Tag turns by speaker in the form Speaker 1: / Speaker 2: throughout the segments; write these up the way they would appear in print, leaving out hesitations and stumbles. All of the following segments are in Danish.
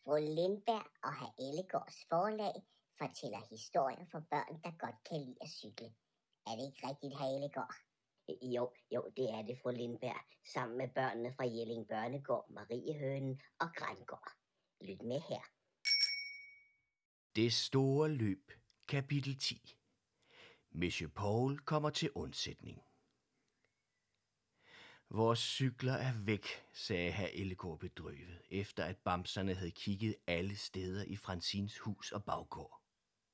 Speaker 1: Fru Lindberg og hr. Ellegaards forlag fortæller historier for børn, der godt kan lide at cykle. Er det ikke rigtigt, hr. Ellegaard?
Speaker 2: Jo, det er det, fru Lindberg, sammen med børnene fra Jelling Børnegård, Mariehønen og Grængård. Lyt med her.
Speaker 3: Det store løb, kapitel 10. Monsieur Paul kommer til undsætning. Vores cykler er væk, sagde hr. Ellegaard bedrøvet, efter at bamserne havde kigget alle steder i Francines hus og baggård.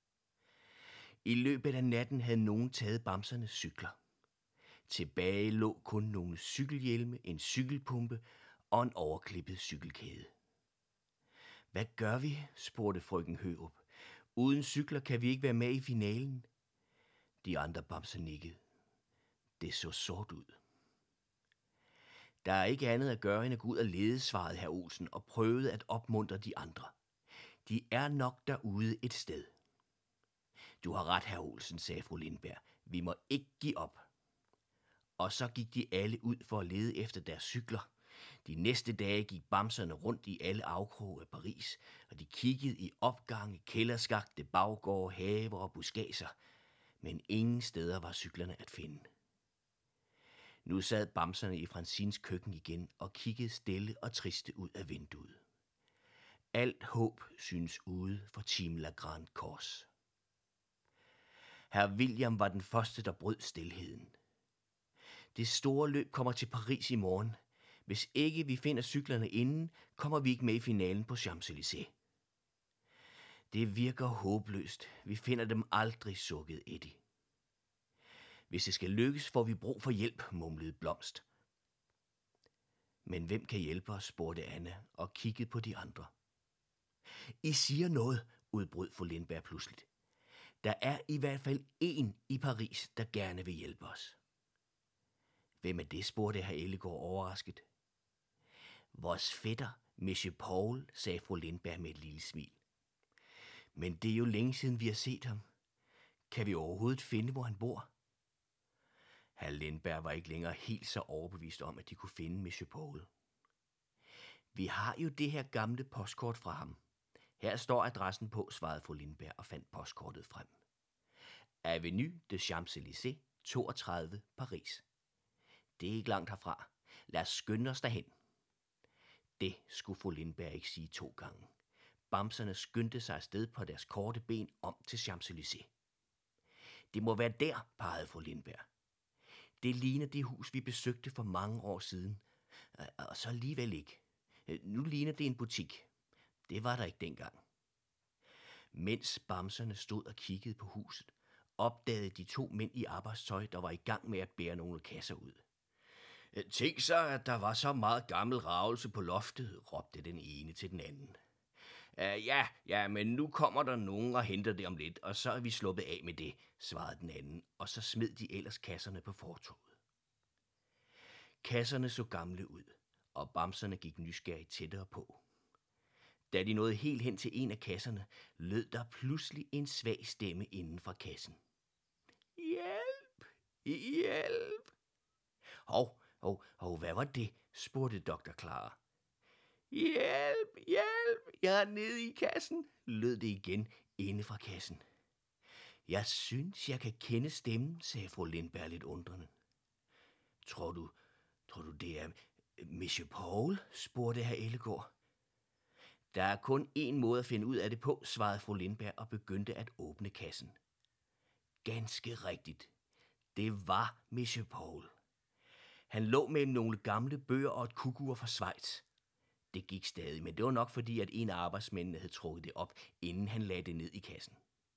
Speaker 3: I løbet af natten havde nogen taget bamsernes cykler. Tilbage lå kun nogle cykelhjelme, en cykelpumpe og en overklippet cykelkæde. Hvad gør vi? Spurgte frøken Hørup. Uden cykler kan vi ikke være med i finalen. De andre bamser nikkede. Det så sort ud. Der er ikke andet at gøre end at gå ud og lede, svarede hr. Olsen og prøvede at opmuntre de andre. De er nok derude et sted. Du har ret, hr. Olsen, sagde fru Lindberg. Vi må ikke give op. Og så gik de alle ud for at lede efter deres cykler. De næste dage gik bamserne rundt i alle afkroge af Paris, og de kiggede i opgange, kælderskakte, baggårde, haver og buskager. Men ingen steder var cyklerne at finde. Nu sad bamserne i Francines køkken igen og kiggede stille og triste ud af vinduet. Alt håb synes ude for Team La Grande Corse. Herr William var den første, der brød stilheden. Det store løb kommer til Paris i morgen. Hvis ikke vi finder cyklerne inden, kommer vi ikke med i finalen på Champs-Élysées. Det virker håbløst. Vi finder dem aldrig, sukkede Eddie. Hvis det skal lykkes, får vi brug for hjælp, mumlede Blomst. Men hvem kan hjælpe os, spurgte Anna og kiggede på de andre. I siger noget, udbrød fru Lindberg pludseligt. Der er i hvert fald én i Paris, der gerne vil hjælpe os. Hvem er det, spurgte hr. Ellegaard overrasket. Vores fætter, Monsieur Paul, sagde fru Lindberg med et lille smil. Men det er jo længe siden, vi har set ham. Kan vi overhovedet finde, hvor han bor? Hr. Lindberg var ikke længere helt så overbevist om, at de kunne finde Monsieur Paul. Vi har jo det her gamle postkort fra ham. Her står adressen på, svarede fru Lindberg og fandt postkortet frem. Avenue de Champs-Élysées, 32, Paris. Det er ikke langt herfra. Lad os skynde os derhen. Det skulle fru Lindberg ikke sige 2 gange. Bamserne skyndte sig afsted på deres korte ben om til Champs-Élysées. Det må være der, pegede fru Lindberg. Det ligner det hus, vi besøgte for mange år siden. Og så alligevel ikke. Nu ligner det en butik. Det var der ikke dengang. Mens bamserne stod og kiggede på huset, opdagede de 2 mænd i arbejdstøj, der var i gang med at bære nogle kasser ud. Tænk så, at der var så meget gammel ravelse på loftet, råbte den ene til den anden. Ja, men nu kommer der nogen og henter det om lidt, og så er vi sluppet af med det, svarede den anden, og så smed de ellers kasserne på fortovet. Kasserne så gamle ud, og bamserne gik nysgerrigt tættere på. Da de nåede helt hen til en af kasserne, lød der pludselig en svag stemme inden fra kassen. Hjælp! Hjælp! Hvad var det? Spurgte doktor Clara. Hjælp! Jeg er nede i kassen, lød det igen inde fra kassen. Jeg synes, jeg kan kende stemmen, sagde fru Lindberg lidt undrende. Tror du det er Monsieur Paul? Spurgte hr. Ellegaard. Der er kun én måde at finde ud af det på, svarede fru Lindberg og begyndte at åbne kassen. Ganske rigtigt. Det var Monsieur Paul. Han lå mellem nogle gamle bøger og et kugur fra Schweiz. Det gik stadig, men det var nok fordi, at en af arbejdsmændene havde trukket det op, inden han lagde det ned i kassen.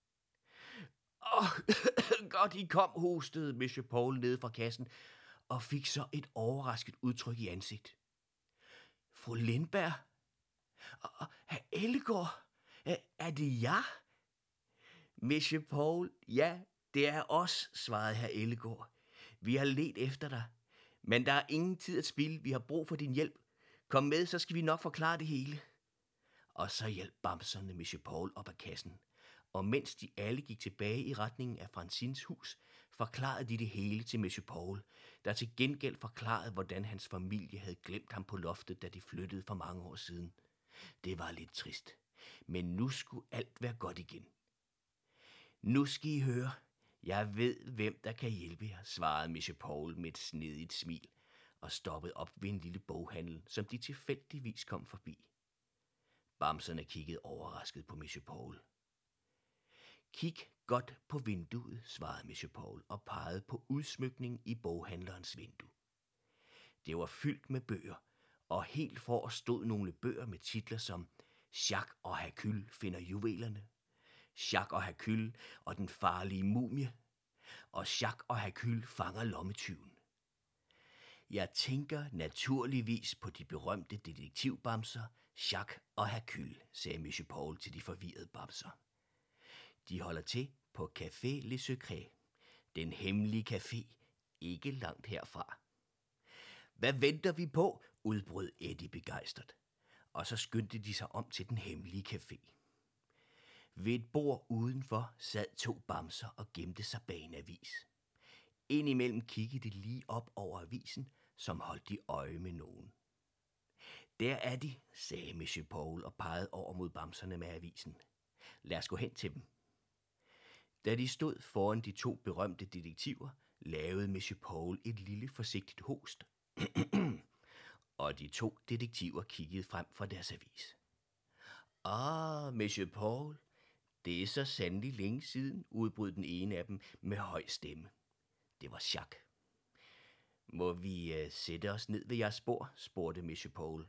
Speaker 3: Godt I kom, hostede Monsieur Paul ned fra kassen og fik så et overrasket udtryk i ansigt. Fru Lindberg? Og hr. Ellegaard? Er det jer? Monsieur Paul, ja, det er os, svarede hr. Ellegaard. Vi har ledt efter dig, men der er ingen tid at spilde. Vi har brug for din hjælp. Kom med, så skal vi nok forklare det hele. Og så hjalp bamserne Monsieur Paul op ad kassen. Og mens de alle gik tilbage i retningen af Francines hus, forklarede de det hele til Monsieur Paul, der til gengæld forklarede, hvordan hans familie havde glemt ham på loftet, da de flyttede for mange år siden. Det var lidt trist, men nu skulle alt være godt igen. Nu skal I høre. Jeg ved, hvem der kan hjælpe jer, svarede Monsieur Paul med et snedigt smil og stoppede op ved en lille boghandel, som de tilfældigvis kom forbi. Bamserne kiggede overrasket på Monsieur Paul. Kig godt på vinduet, svarede Monsieur Paul og pegede på udsmykningen i boghandlerens vindue. Det var fyldt med bøger, og helt forrest stod nogle bøger med titler som Jacques og Hercule finder juvelerne, Jacques og Hercule og den farlige mumie, og Jacques og Hercule fanger lommetyven. Jeg tænker naturligvis på de berømte detektivbamser, Jacques og Hercule, sagde Monsieur Paul til de forvirrede bamser. De holder til på Café Le Secret, den hemmelige café, ikke langt herfra. Hvad venter vi på? Udbrød Eddie begejstret, og så skyndte de sig om til den hemmelige café. Ved et bord udenfor sad 2 bamser og gemte sig bag en avis. Indimellem kiggede de lige op over avisen, som holdt de øje med nogen. Der er de, sagde Monsieur Paul og pegede over mod bamserne med avisen. Lad os gå hen til dem. Da de stod foran de 2 berømte detektiver, lavede Monsieur Paul et lille forsigtigt host, og de 2 detektiver kiggede frem fra deres avis. Monsieur Paul, det er så sandelig længe siden, udbrød den ene af dem med høj stemme. Det var Jacques. Må vi sætte os ned ved jeres bord, spurgte Monsieur Paul.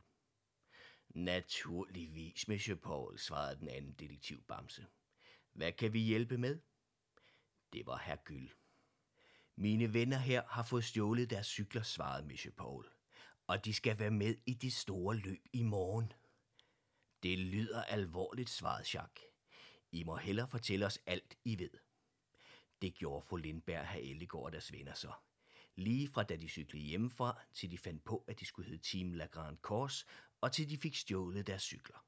Speaker 3: Naturligvis, Monsieur Paul, svarede den anden detektivbamse. Hvad kan vi hjælpe med? Det var Hercule. Mine venner her har fået stjålet deres cykler, svarede Monsieur Paul, og de skal være med i det store løb i morgen. Det lyder alvorligt, svarede Jacques. I må hellere fortælle os alt, I ved. Det gjorde fru Lindberg, hr. Ellegaard og deres venner så. Lige fra da de cyklede hjemmefra, til de fandt på, at de skulle hedde Team La Grande Corse, og til de fik stjålet deres cykler.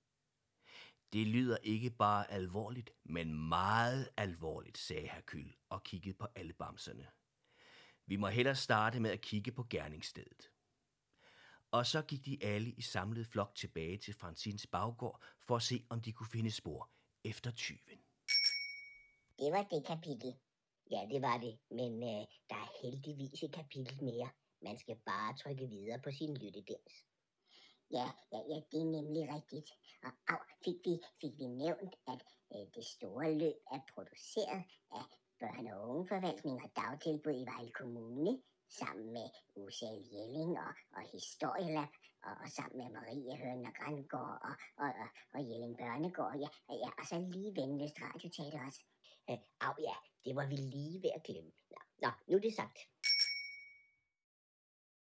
Speaker 3: Det lyder ikke bare alvorligt, men meget alvorligt, sagde Hercule og kiggede på alle bamserne. Vi må hellere starte med at kigge på gerningsstedet. Og så gik de alle i samlet flok tilbage til Francines baggård for at se, om de kunne finde spor efter tyven.
Speaker 1: Det var det kapitel.
Speaker 2: Ja, det var det, men der er heldigvis et kapitel mere. Man skal bare trykke videre på sin lyttedims.
Speaker 1: Ja, det er nemlig rigtigt. Og fik vi nævnt, at det store løb er produceret af Børne- og Ungeforvaltning og Dagtilbud i Vejle Kommune, sammen med UCL Jelling og Historielab, og sammen med Marie Høen og Grandgård og Jelling Børnegård, ja, og så lige Venløst Radioteater også.
Speaker 2: Ja, det var vi lige ved at glemme. Nå, nu er det sagt.